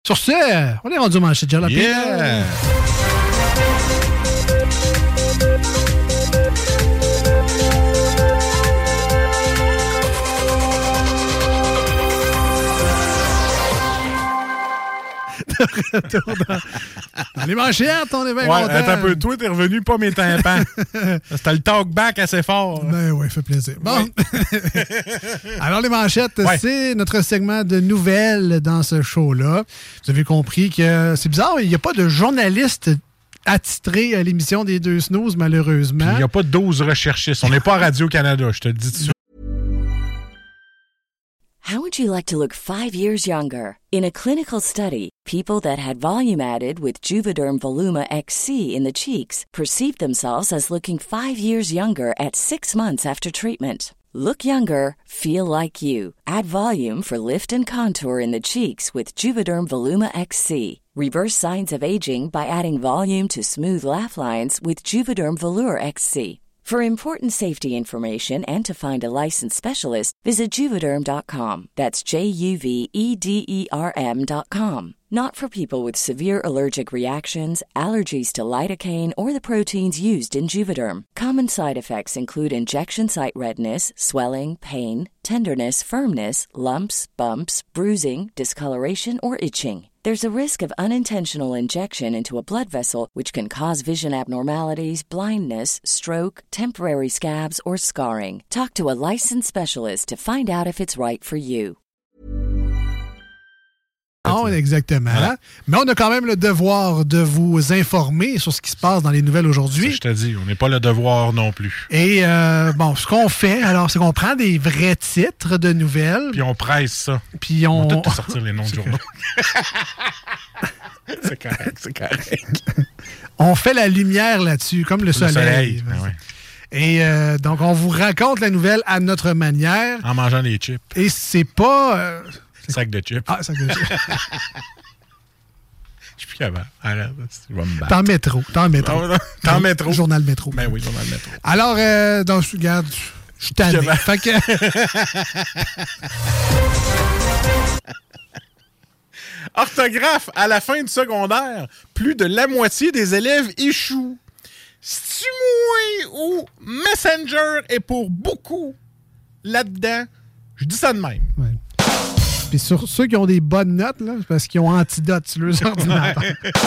Sur ce, on est rendu au manchette de jalapeno. Yeah! Dans les manchettes, on est bien Ouais, content. attends un peu. Toi, t'es revenu pas mes tympans. C'était le talk-back assez fort. Ben oui, fait plaisir. Bon. Oui. Alors, les manchettes, c'est notre segment de nouvelles dans ce show-là. Vous avez compris que c'est bizarre, il n'y a pas de journaliste attitré à l'émission des Deux Snooze, malheureusement. Il n'y a pas de 12 recherchistes. On n'est pas à Radio-Canada, je te le dis tout de suite. How would you like to look 5 years younger? In a clinical study, people that had volume added with Juvederm Voluma XC in the cheeks perceived themselves as looking 5 years younger at 6 months after treatment. Look younger, feel like you. Add volume for lift and contour in the cheeks with Juvederm Voluma XC. Reverse signs of aging by adding volume to smooth laugh lines with Juvederm Volure XC. For important safety information and to find a licensed specialist, visit Juvederm.com. That's JUVEDERM.com. Not for people with severe allergic reactions, allergies to lidocaine, or the proteins used in Juvederm. Common side effects include injection site redness, swelling, pain, tenderness, firmness, lumps, bumps, bruising, discoloration, or itching. There's a risk of unintentional injection into a blood vessel, which can cause vision abnormalities, blindness, stroke, temporary scabs, or scarring. Talk to a licensed specialist to find out if it's right for you. Non, exactement. Voilà. Mais on a quand même le devoir de vous informer sur ce qui se passe dans les nouvelles aujourd'hui. Ça, je te dis, on n'est pas le devoir non plus. Et bon, ce qu'on fait, alors, c'est qu'on prend des vrais titres de nouvelles. Puis on presse ça. Puis on va tout sortir les noms de journaux. C'est correct, c'est correct. On fait la lumière là-dessus, comme le soleil. Ben ouais. Et donc, on vous raconte la nouvelle à notre manière. En mangeant des chips. Et c'est pas... Sac de chips. Ah, sac de chips. Je suis plus capable. Arrête, tu vas me battre. T'en métro. T'en métro. Journal métro. Ben oui, journal métro. Alors, donc, regarde, je suis tanné. Fait que... Orthographe, à la fin du secondaire, plus de la moitié des élèves échouent. C'est-tu moi ou Messenger est pour beaucoup là-dedans? Je dis ça de même. Ouais. Puis sur ceux qui ont des bonnes notes, là, c'est parce qu'ils ont antidote sur leurs ordinateurs.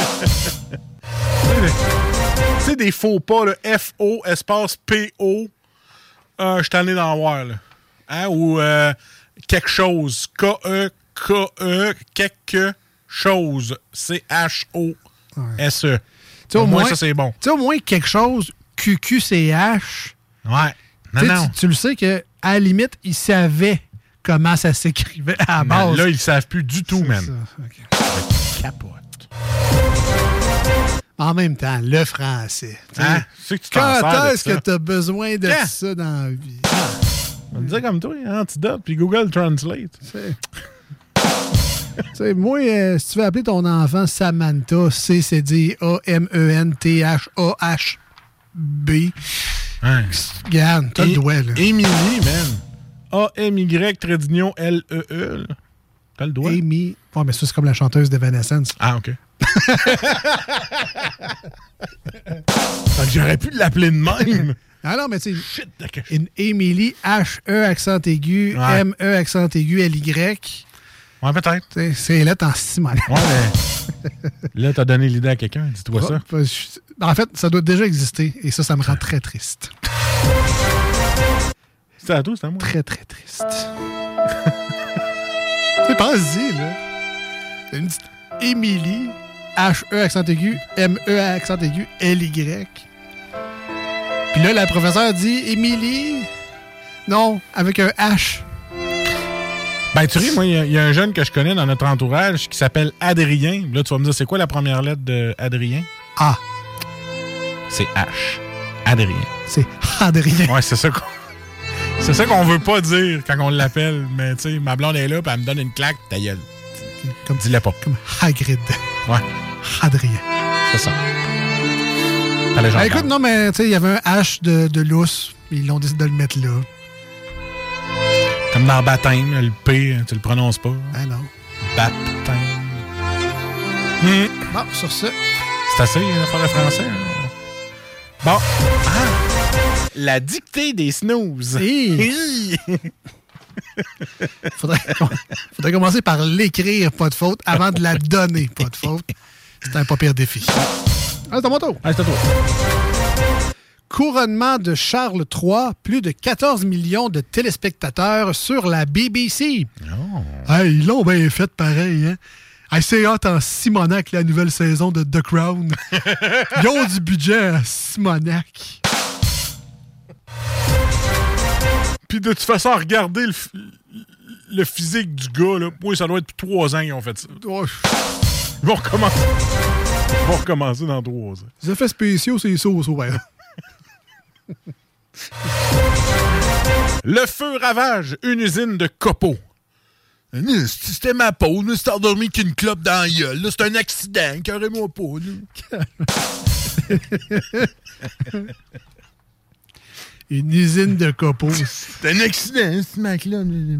Tu sais, des faux pas, là, F-O, espace P-O. Je suis allé d'en voir, là. Hein? Ou quelque chose. K-E, quelque chose. C-H-O-S-E. Au moins, ça, c'est bon. Tu sais, au moins quelque chose, QQCH. Ouais. Non. Tu le sais qu'à la limite, ils savaient comment ça s'écrivait à la base. Là, ils ne savent plus du tout, même. Okay. Capote. En même temps, le français. Hein? Quand est-ce que tu as besoin de ça dans la vie? On me disait comme toi, Antidote, puis Google Translate. Moi, si tu veux appeler ton enfant Samantha, C-C-D-A-M-E-N-T-H-A-H-B, regarde, t'as le doigt, là. Émilie, man. A-M-Y-L-E-E. T'as le doigt? Amy. Ouais, mais ça, c'est comme la chanteuse d'Evanescence. Ah, OK. J'aurais pu l'appeler de même. Ah non, mais tu sais, une Émilie, H-E accent aigu, M-E accent aigu, L-Y. Ouais, peut-être. C'est là, t'en stimule. Ouais, mais là, t'as donné l'idée à quelqu'un. Dis-toi ça. En fait, ça doit déjà exister. Et ça me rend très triste. C'est à toi, c'est à moi. Très, très triste. Tu sais, pense-y, là. C'est une petite Émilie, H-E accent aigu, M-E accent aigu, L-Y. Puis là, la professeure dit Émilie. Non, avec un H. Ben, tu ris, moi, il y a un jeune que je connais dans notre entourage qui s'appelle Adrien. Là, tu vas me dire, c'est quoi la première lettre de Adrien? A. C'est H. Adrien. C'est Adrien. Ouais, c'est ça qu'on veut pas dire quand on l'appelle. Mais, tu sais, ma blonde est là, puis elle me donne une claque, ta gueule. Dis-le pas. Comme Hagrid. Ouais. Adrien. C'est ça. Écoute, non, mais, tu sais, il y avait un H de lousse. Ils l'ont décidé de le mettre là. Comme dans baptême, le P, tu le prononces pas. Ah non. Baptême. Bon, sur ça. C'est assez, faire le français. Hein? Bon. Ah! La dictée des snooze. Faudrait commencer par l'écrire, pas de faute, avant de la donner, pas de faute. C'est un pas pire défi. Ah, c'est à mon tour. Ah, c'est à toi. Couronnement de Charles III, plus de 14 millions de téléspectateurs sur la BBC. Oh. Hey, ils l'ont bien fait pareil, hein? Hey, c'est hot en Simonac, la nouvelle saison de The Crown. Ils ont du budget à Simonac. Puis de toute façon, regardez le physique du gars, là. Oui, ça doit être 3 ans qu'ils ont fait ça. Oh. Ils vont recommencer dans 3 ans. Les effets spéciaux, c'est ça, ouais. Le feu ravage une usine de copeaux. C'était ma peau, je me suis endormi qu'une clope dans la gueule. Là, c'est un accident, carrément pas. Une usine de copeaux. C'est un accident, ce mec-là.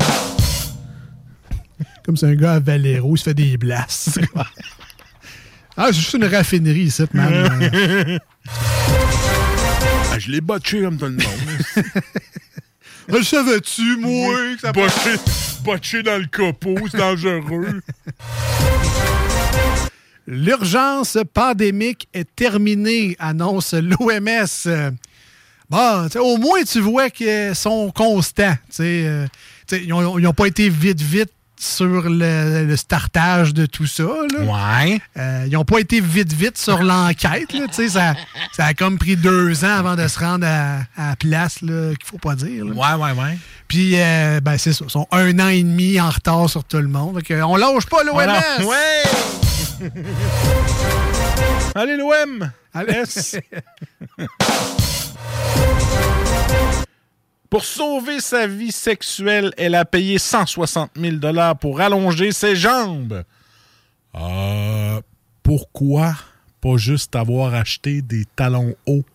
Comme c'est un gars à Valero, il se fait des blasts. Ah, c'est juste une raffinerie, cette man. Ah, je l'ai botché comme tout le monde. Le savais-tu, moi? Botché dans le copeau, c'est dangereux. L'urgence pandémique est terminée, annonce l'OMS. Bon, au moins, tu vois qu'ils sont constants. Ils n'ont pas été vite sur le startage de tout ça. Là. Ouais. Ils n'ont pas été vite sur l'enquête. Là, ça a comme pris 2 ans avant de se rendre à la place là, qu'il faut pas dire. Là. Ouais. Puis, c'est ça. Ils sont 1 an et demi en retard sur tout le monde. On lâche pas l'OMS. Ouais. Allez, l'OM. Allez. Pour sauver sa vie sexuelle, elle a payé 160 000 $ pour allonger ses jambes. Pourquoi pas juste avoir acheté des talons hauts?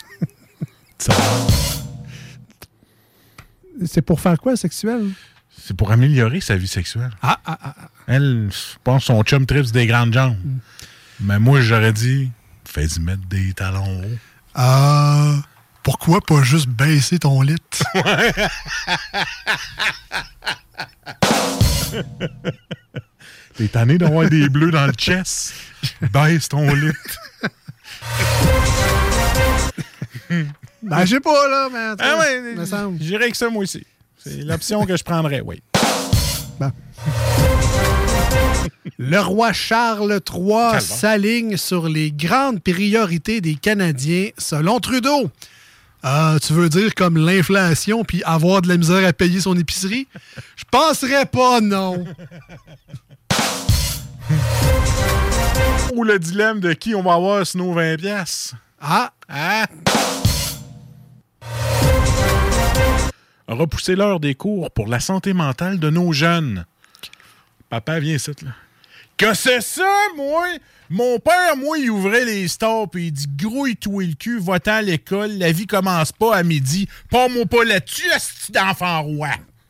C'est pour faire quoi, sexuel? C'est pour améliorer sa vie sexuelle. Ah. Elle, je pense que son chum trips des grandes jambes. Mais moi, j'aurais dit, fais-y mettre des talons hauts. Pourquoi pas juste baisser ton lit? T'es tanné d'avoir des bleus dans le chest? Baisse ton lit. Je sais pas, là, mais... me semble. J'irais avec ça, moi aussi. C'est l'option que je prendrais, oui. Bon. Le roi Charles III s'aligne sur les grandes priorités des Canadiens, selon Trudeau. Tu veux dire comme l'inflation puis avoir de la misère à payer son épicerie? Je penserais pas, non. Ou le dilemme de qui on va avoir sur nos 20$. Repousser l'heure des cours pour la santé mentale de nos jeunes. Papa, viens ici, là. Que c'est ça, moi? Mon père, moi, il ouvrait les stores puis il dit « Grouille-toi le cul, va-t'en à l'école, la vie commence pas à midi. Pas-moi pas là-dessus, asti d'enfant roi. »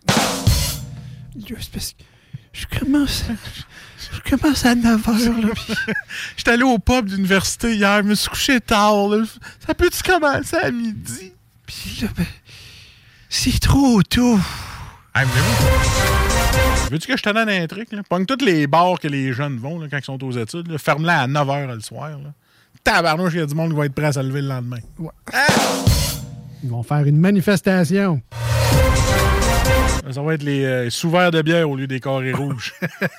Je commence à 9h, là. J'étais allé au pub d'université hier, je me suis couché tard, là. Ça peut-tu commencer à midi? Puis là, c'est trop tôt. Hey, veux-tu que je te donne un truc? Là? Pogne tous les bars que les jeunes vont là, quand ils sont aux études. Là. Ferme-la à 9h le soir. Là. Tabarnouche, il y a du monde qui va être prêt à se lever le lendemain. Ouais. Ils vont faire une manifestation. Ça va être les sous-verts de bière au lieu des carrés rouges.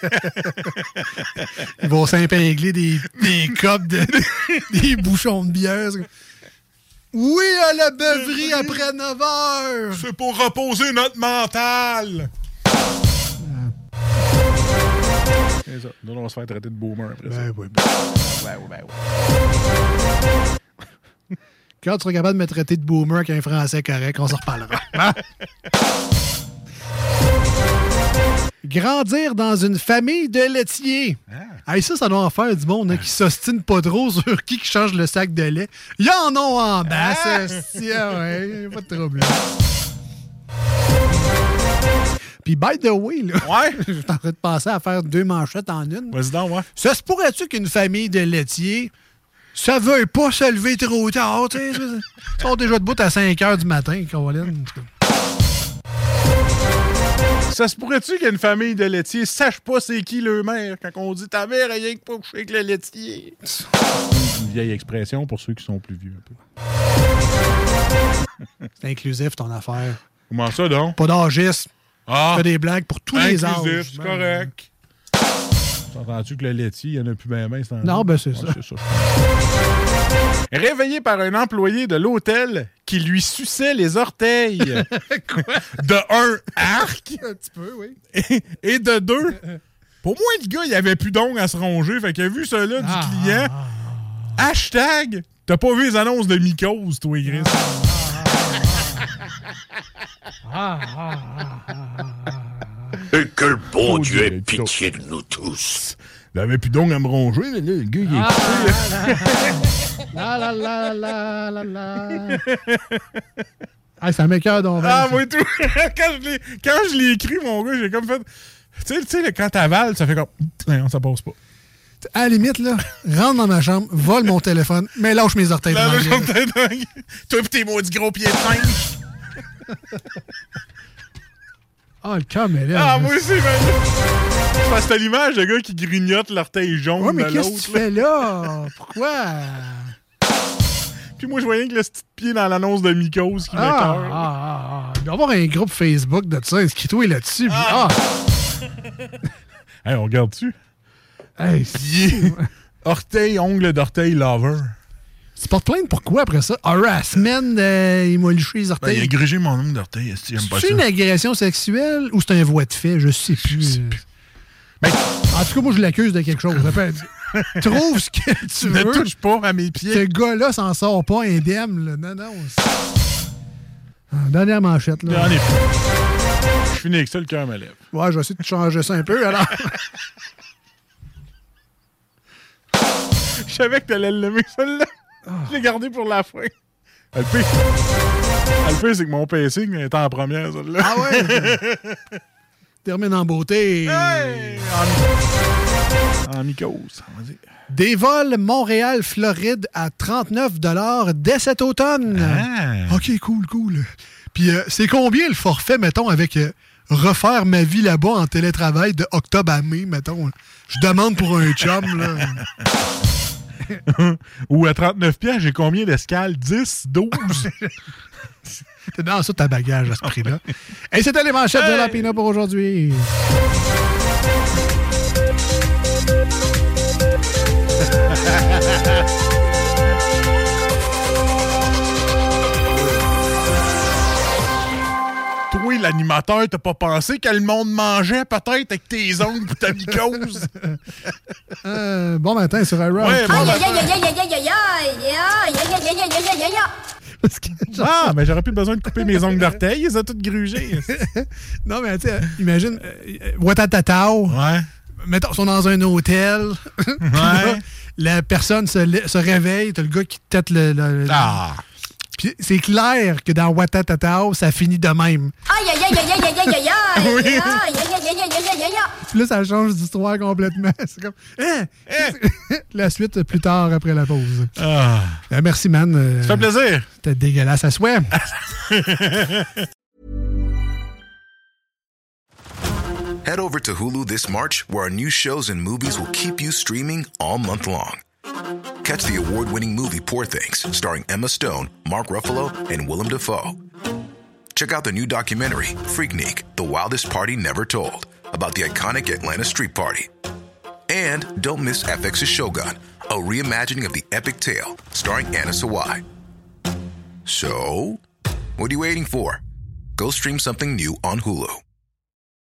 Ils vont s'impingler des copes des bouchons de bière. Oui, à la beuverie après 9h! C'est pour reposer notre mental! C'est ça. Nous, on va se faire traiter de boomer après ça. Oui. Quand tu seras capable de me traiter de boomer avec un français correct, on s'en reparlera. Hein? Grandir dans une famille de laitiers. Hey, ça doit en faire du monde qui s'ostine pas trop sur qui change le sac de lait. Ils en ont en basse. Ouais, pas de trouble. Puis, by the way, là, Ouais. je suis en train de penser à faire 2 manchettes en une. Vas-y donc, ouais. Ça se pourrait-tu qu'une famille de laitiers, ça veuille pas se lever trop tard, tu sais? Ils sont déjà debout à 5 h du matin, Caroline. Ça se pourrait-tu qu'une famille de laitiers sache pas c'est qui le mère quand on dit ta mère a rien que pas couché avec le laitier? C'est une vieille expression pour ceux qui sont plus vieux un peu. C'est inclusif, ton affaire. Comment ça, donc? Pas d'âgisme. Ah! Fais des blagues pour tous les âges. Inclusif, c'est correct. T'entends-tu que le laitier, il y en a plus ben ben? Non, ben c'est ça. Réveillé par un employé de l'hôtel qui lui suçait les orteils. Quoi? De 1, arc. Un petit peu, oui. Et de 2, pour moi, le gars, il avait plus d'ongles à se ronger. Fait qu'il a vu ça là du client. Hashtag, t'as pas vu les annonces de mycose, toi, Chris. Et que le bon Dieu ait pitié de nous tous. Il avait plus d'ongles à me ronger, mais là, le gars, il est coupé. La la la la la la. Ah, ça m'écoeure donc. Ah, moi tout. Quand je l'ai écrit, mon gars, j'ai comme fait... Tu sais, quand t'avales, ça fait comme... Non, ça passe pas. À la limite, là, rentre dans ma chambre, vole mon téléphone, mais lâche mes orteils. Toi pis tes maudits gros pieds de singe. Ah, le caméra. Ah, moi aussi, man. C'est parce que t'as l'image de gars qui grignote l'orteil jaune ouais, mais de qu'est-ce l'autre. que tu fais là? Pourquoi? Puis moi, je voyais que le petit pied dans l'annonce de mycose qui m'écoeure. Il doit y avoir un groupe Facebook de ça. Inscris-toi là-dessus. Hey, on regarde-tu? Hey, Orteil, ongle d'orteil lover. Tu portes plainte pourquoi après ça? Harassment, il m'a liché les Ben, orteils. il a grigé mon ongle d'orteil. J'aime pas ça. C'est une agression sexuelle ou c'est un voie de fait? Je sais plus. Ben, en tout cas, moi, je l'accuse de quelque chose. Trouve ce que tu ne veux. touche pas à mes pieds. Ce gars-là s'en sort pas indemne. Là. Non. Dernière manchette. Là. J'en ai plus. Je finis avec ça, le cœur me lève. Ouais, je vais essayer de changer ça un peu, alors. Je savais que t'allais l'aimer, celle-là. Je l'ai gardé pour la fin. Le pire, c'est que mon pacing est en première, celle-là. Ah ouais? Termine en beauté. Hey! En mycose, vas-y. Des vols Montréal-Floride à 39 $ dès cet automne. Ah. OK, cool. Puis c'est combien le forfait, mettons, avec refaire ma vie là-bas en télétravail de octobre à mai, mettons? Je demande pour un chum, là. Ou à 39 piastres, j'ai combien d'escales? 10, 12? T'es dans ça ta bagage à ce prix-là. Et c'était les manchettes de la Pina pour aujourd'hui. Toi, l'animateur, t'as pas pensé que le monde mangeait peut-être avec tes ongles et ta mycose? Bon matin sur Iron. Ouais, bon matin. Ah, mais j'aurais plus besoin de couper mes ongles d'orteil, ils ont tous grugé. Non, mais tu sais, imagine, Watatatao. Ouais. Mettons, ils sont dans un hôtel. Ouais. La personne se réveille, t'as le gars qui tête le Ah! Puis c'est clair que dans Watatatao, ça finit de même. Puis là, ça change d'histoire complètement. C'est comme... La suite plus tard après la pause. Ah. Merci, man. Ça fait plaisir. C'était dégueulasse à souhait. Head over to Hulu this March, where our new shows and movies will keep you streaming all month long. Catch the award-winning movie Poor Things, starring Emma Stone, Mark Ruffalo, and Willem Dafoe. Check out the new documentary, Freaknik, The Wildest Party Never Told, about the iconic Atlanta street party. And don't miss FX's Shogun, a reimagining of the epic tale, starring Anna Sawai. So, what are you waiting for? Go stream something new on Hulu.